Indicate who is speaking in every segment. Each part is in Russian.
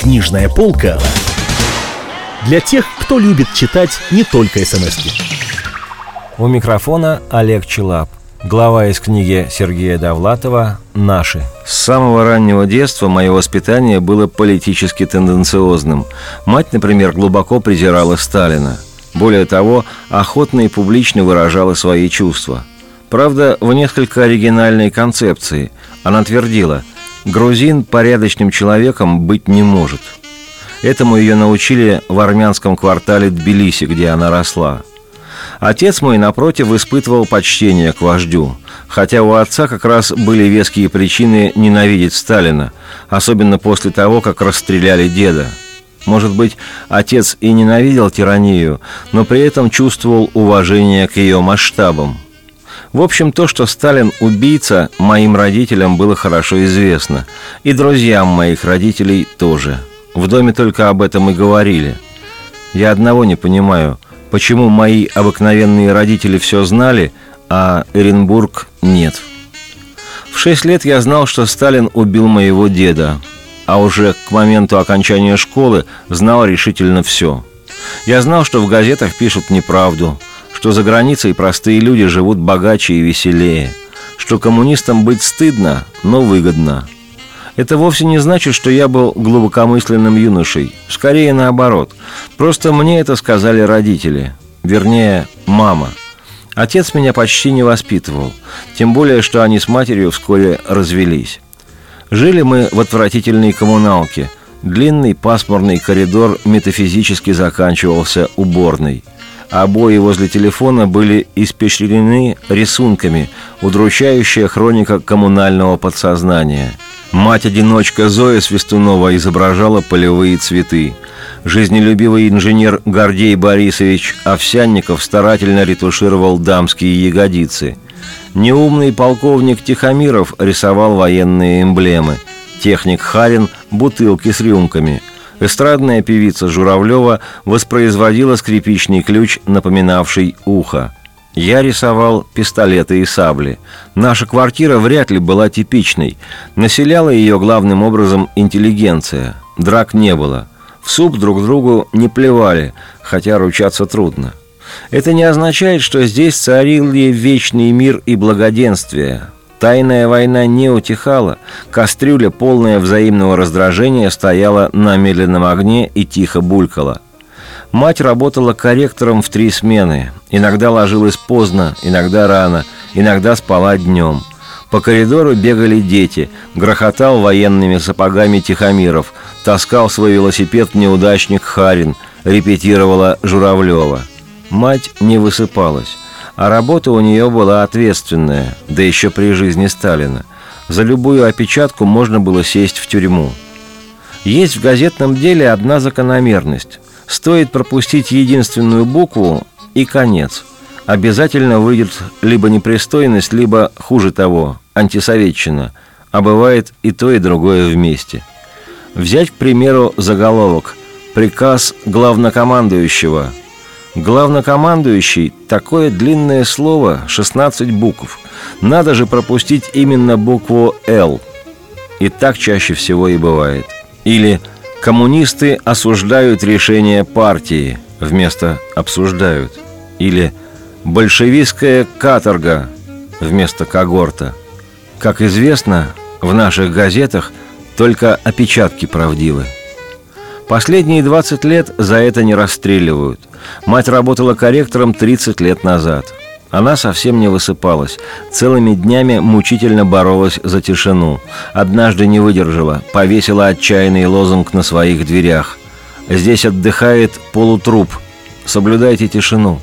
Speaker 1: Книжная полка для тех, кто любит читать не только смски.
Speaker 2: У микрофона Олег Челап. Глава из книги Сергея Довлатова «Наши».
Speaker 3: С самого раннего детства мое воспитание было политически тенденциозным. Мать, например, глубоко презирала Сталина. Более того, охотно и публично выражала свои чувства. Правда, в несколько оригинальной концепции. Она твердила: грузин порядочным человеком быть не может. Этому ее научили в армянском квартале Тбилиси, где она росла. Отец мой, напротив, испытывал почтение к вождю, хотя у отца как раз были веские причины ненавидеть Сталина, особенно после того, как расстреляли деда. Может быть, отец и ненавидел тиранию, но при этом чувствовал уважение к ее масштабам. В общем, то, что Сталин убийца, моим родителям было хорошо известно, и друзьям моих родителей тоже. В доме только об этом и говорили. Я одного не понимаю: почему мои обыкновенные родители все знали, а Эренбург нет. В 6 лет я знал, что Сталин убил моего деда, а уже к моменту окончания школы знал решительно все. Я знал, что в газетах пишут неправду, что за границей простые люди живут богаче и веселее, что коммунистам быть стыдно, но выгодно. Это вовсе не значит, что я был глубокомысленным юношей. Скорее наоборот. Просто мне это сказали родители. Вернее, мама. Отец меня почти не воспитывал. Тем более, что они с матерью вскоре развелись. Жили мы в отвратительной коммуналке. Длинный пасмурный коридор метафизически заканчивался уборной. Обои возле телефона были испещрены рисунками, удручающая хроника коммунального подсознания. Мать-одиночка Зоя Свистунова изображала полевые цветы. Жизнелюбивый инженер Гордей Борисович Овсянников старательно ретушировал дамские ягодицы. Неумный полковник Тихомиров рисовал военные эмблемы. Техник Харин – бутылки с рюмками. Эстрадная певица Журавлева воспроизводила скрипичный ключ, напоминавший ухо. Я рисовал пистолеты и сабли. Наша квартира вряд ли была типичной. Населяла ее главным образом интеллигенция. Драк не было. В суп друг другу не плевали, хотя ручаться трудно. Это не означает, что здесь царили вечный мир и благоденствие. Тайная война не утихала. Кастрюля, полная взаимного раздражения, стояла на медленном огне и тихо булькала. Мать работала корректором в 3 смены. Иногда ложилась поздно, иногда рано, иногда спала днем. По коридору бегали дети. Грохотал военными сапогами Тихомиров. Таскал свой велосипед неудачник Харин. Репетировала Журавлева. Мать не высыпалась. А работа у нее была ответственная, да еще при жизни Сталина. За любую опечатку можно было сесть в тюрьму. Есть в газетном деле одна закономерность. Стоит пропустить единственную букву – и конец. Обязательно выйдет либо непристойность, либо, хуже того, антисоветчина. А бывает и то, и другое вместе. Взять, к примеру, заголовок «Приказ главнокомандующего». Главнокомандующий – такое длинное слово, 16 букв. Надо же пропустить именно букву «Л». И так чаще всего и бывает. Или «Коммунисты осуждают решение партии» вместо «обсуждают». Или «Большевистская каторга» вместо «когорта». Как известно, в наших газетах только опечатки правдивы. Последние 20 лет за это не расстреливают. Мать работала корректором 30 лет назад. Она совсем не высыпалась. Целыми днями мучительно боролась за тишину. Однажды не выдержала, повесила отчаянный лозунг на своих дверях: «Здесь отдыхает полутруп. Соблюдайте тишину».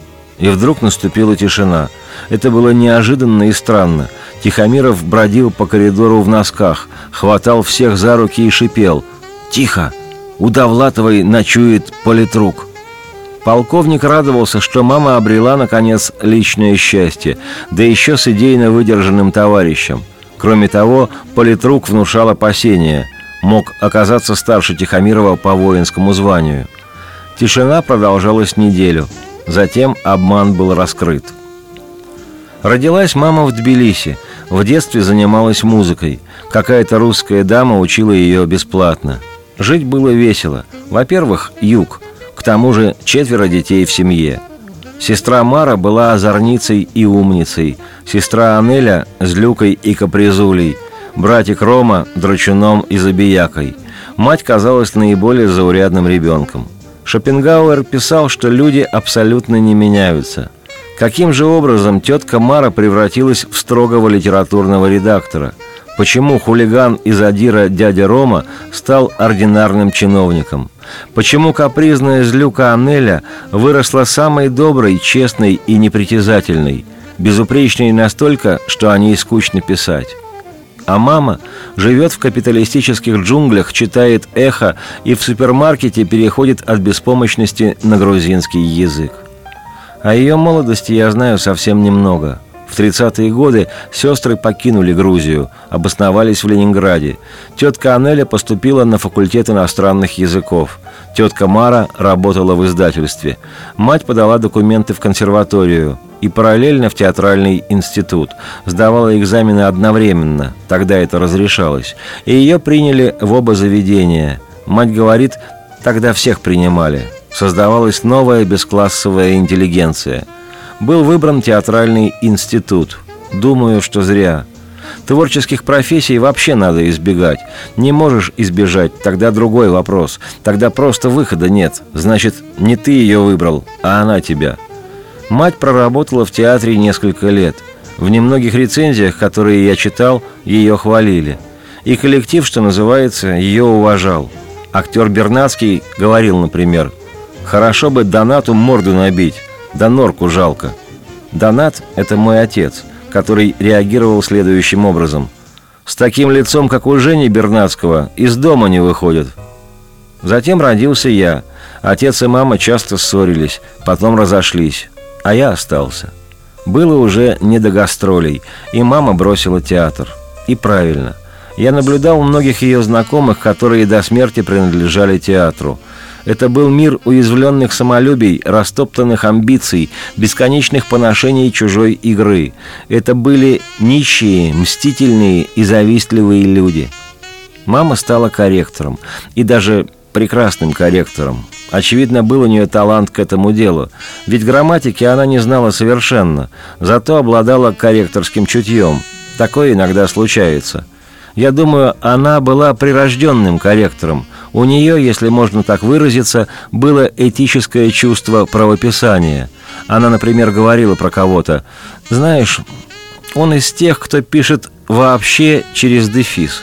Speaker 3: И вдруг наступила тишина. Это было неожиданно и странно. Тихомиров бродил по коридору в носках, хватал всех за руки и шипел: «Тихо! У Довлатовой ночует политрук». Полковник радовался, что мама обрела, наконец, личное счастье, да еще с идейно выдержанным товарищем. Кроме того, политрук внушал опасения. Мог оказаться старше Тихомирова по воинскому званию. Тишина продолжалась неделю. Затем обман был раскрыт. Родилась мама в Тбилиси. В детстве занималась музыкой. Какая-то русская дама учила ее бесплатно. Жить было весело. Во-первых, юг. К тому же 4 детей в семье. Сестра Мара была озорницей и умницей. Сестра Анеля – злюкой и капризулей. Братик Рома – драчуном и забиякой. Мать казалась наиболее заурядным ребенком. Шопенгауэр писал, что люди абсолютно не меняются. Каким же образом тетка Мара превратилась в строгого литературного редактора? Почему хулиган и задира дядя Рома стал ординарным чиновником? Почему капризная злюка Анеля выросла самой доброй, честной и непритязательной, безупречной настолько, что о ней скучно писать? А мама живет в капиталистических джунглях, читает «Эхо» и в супермаркете переходит от беспомощности на грузинский язык. О ее молодости я знаю совсем немного. В 30-е годы сестры покинули Грузию, обосновались в Ленинграде. Тетка Анеля поступила на факультет иностранных языков. Тетка Мара работала в издательстве. Мать подала документы в консерваторию и параллельно в театральный институт. Сдавала экзамены одновременно, тогда это разрешалось. И ее приняли в оба заведения. Мать говорит, тогда всех принимали. Создавалась новая бесклассовая интеллигенция. Был выбран театральный институт. Думаю, что зря. Творческих профессий вообще надо избегать. Не можешь избежать, тогда другой вопрос. Тогда просто выхода нет. Значит, не ты ее выбрал, а она тебя. Мать проработала в театре несколько лет. В немногих рецензиях, которые я читал, ее хвалили. И коллектив, что называется, ее уважал. Актер Бернацкий говорил, например, «Хорошо бы Донату морду набить, да норку жалко». Донат – это мой отец, который реагировал следующим образом. «С таким лицом, как у Жени Бернацкого, из дома не выходит». Затем родился я. Отец и мама часто ссорились, потом разошлись, а я остался. Было уже не до гастролей, и мама бросила театр. И правильно. Я наблюдал у многих ее знакомых, которые до смерти принадлежали театру. Это был мир уязвленных самолюбий, растоптанных амбиций, бесконечных поношений чужой игры. Это были нищие, мстительные и завистливые люди. Мама стала корректором, и даже прекрасным корректором. Очевидно, был у нее талант к этому делу, ведь грамматики она не знала совершенно, зато обладала корректорским чутьем. Такое иногда случается. Я думаю, она была прирожденным корректором. У нее, если можно так выразиться, было этическое чувство правописания. Она, например, говорила про кого-то: «Знаешь, он из тех, кто пишет вообще через дефис»,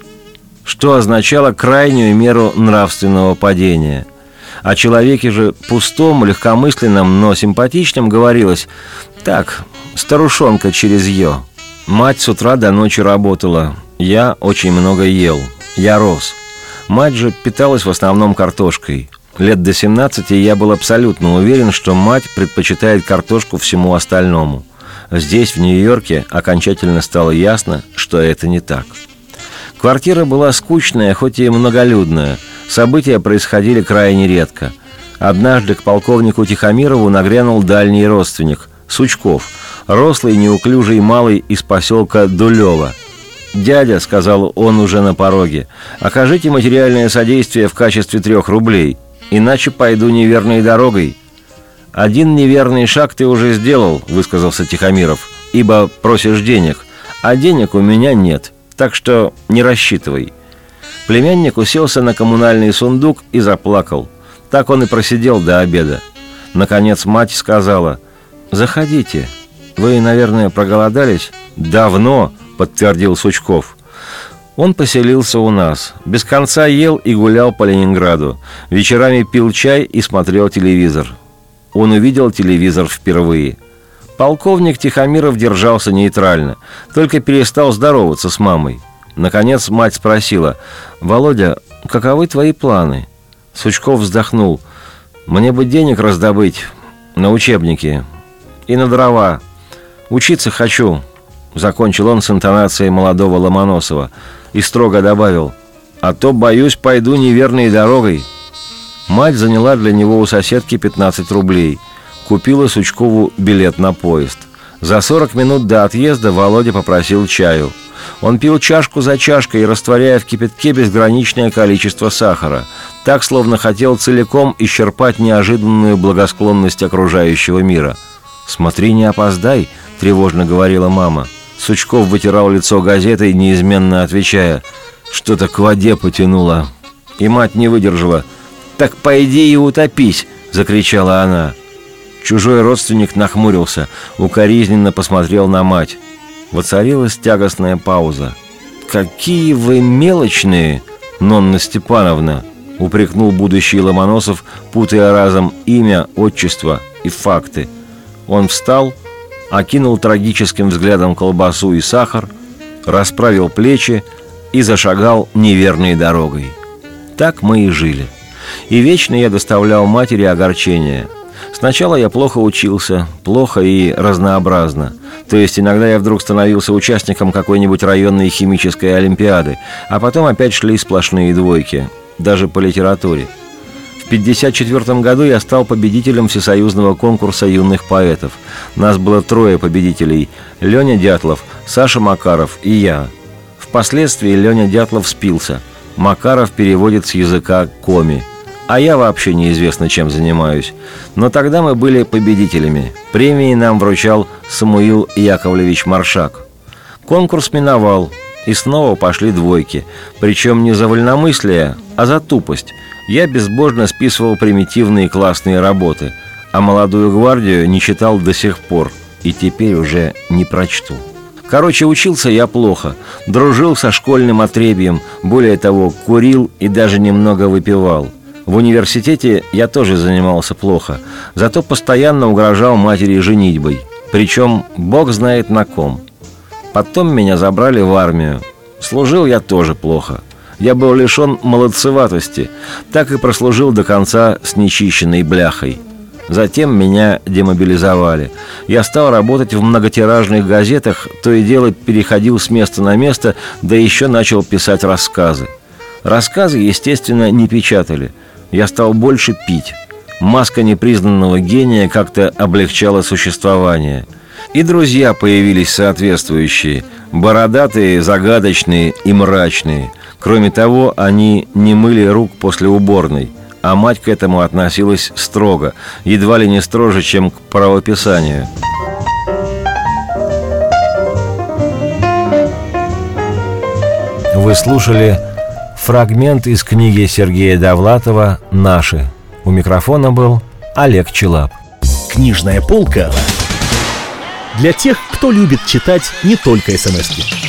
Speaker 3: что означало крайнюю меру нравственного падения. О человеке же пустом, легкомысленном, но симпатичном говорилось: «Так, старушонка через «ё». Мать с утра до ночи работала. Я очень много ел. Я рос. Мать же питалась в основном картошкой. Лет до 17 я был абсолютно уверен, что мать предпочитает картошку всему остальному. Здесь, в Нью-Йорке, окончательно стало ясно, что это не так. Квартира была скучная, хоть и многолюдная. События происходили крайне редко. Однажды к полковнику Тихомирову нагрянул дальний родственник – Сучков, рослый, неуклюжий малый из поселка Дулево. «Дядя», — сказал он уже на пороге, — «окажите материальное содействие в качестве 3 рублей, иначе пойду неверной дорогой». «Один неверный шаг ты уже сделал», — высказался Тихомиров, — «ибо просишь денег, а денег у меня нет, так что не рассчитывай». Племянник уселся на коммунальный сундук и заплакал. Так он и просидел до обеда. Наконец мать сказала: «Заходите. Вы, наверное, проголодались?» «Давно», — подтвердил Сучков. Он поселился у нас. Без конца ел и гулял по Ленинграду. Вечерами пил чай и смотрел телевизор. Он увидел телевизор впервые. Полковник Тихомиров держался нейтрально, только перестал здороваться с мамой. Наконец мать спросила: «Володя, каковы твои планы?» Сучков вздохнул: «Мне бы денег раздобыть на учебники и на дрова. Учиться хочу», — закончил он с интонацией молодого Ломоносова и строго добавил: «А то, боюсь, пойду неверной дорогой». Мать заняла для него у соседки 15 рублей, купила Сучкову билет на поезд. За 40 минут до отъезда Володя попросил чаю. Он пил чашку за чашкой, растворяя в кипятке безграничное количество сахара, так, словно хотел целиком исчерпать неожиданную благосклонность окружающего мира. «Смотри, не опоздай», — тревожно говорила мама. Сучков вытирал лицо газетой, неизменно отвечая: «Что-то к воде потянуло». И мать не выдержала. «Так пойди и утопись», — закричала она. Чужой родственник нахмурился, укоризненно посмотрел на мать. Воцарилась тягостная пауза. «Какие вы мелочные, Нонна Степановна!» — упрекнул будущий Ломоносов, путая разом имя, отчество и факты. Он встал, окинул трагическим взглядом колбасу и сахар, расправил плечи и зашагал неверной дорогой. Так мы и жили. И вечно я доставлял матери огорчение. Сначала я плохо учился, плохо и разнообразно. То есть иногда я вдруг становился участником какой-нибудь районной химической олимпиады, а потом опять шли сплошные двойки, даже по литературе. В 1954 году я стал победителем всесоюзного конкурса юных поэтов. Нас было 3 победителей – Леня Дятлов, Саша Макаров и я. Впоследствии Леня Дятлов спился. Макаров переводит с языка коми. А я вообще неизвестно, чем занимаюсь. Но тогда мы были победителями. Премии нам вручал Самуил Яковлевич Маршак. Конкурс миновал, и снова пошли двойки. Причем не за вольномыслие, а за тупость. Я безбожно списывал примитивные классные работы, а «Молодую гвардию» не читал до сих пор, и теперь уже не прочту. Короче, учился я плохо, дружил со школьным отребьем, более того, курил и даже немного выпивал. В университете я тоже занимался плохо, зато постоянно угрожал матери женитьбой, причем бог знает на ком. Потом меня забрали в армию. Служил я тоже плохо. Я был лишен молодцеватости, так и прослужил до конца с нечищенной бляхой. Затем меня демобилизовали. Я стал работать в многотиражных газетах, то и дело переходил с места на место, да еще начал писать рассказы. Рассказы, естественно, не печатали. Я стал больше пить. Маска непризнанного гения как-то облегчала существование. И друзья появились соответствующие. Бородатые, загадочные и мрачные. Кроме того, они не мыли рук после уборной. А мать к этому относилась строго, едва ли не строже, чем к правописанию.
Speaker 2: Вы слушали фрагмент из книги Сергея Довлатова «Наши». У микрофона был Олег Челап.
Speaker 1: Книжная полка для тех, кто любит читать не только смски.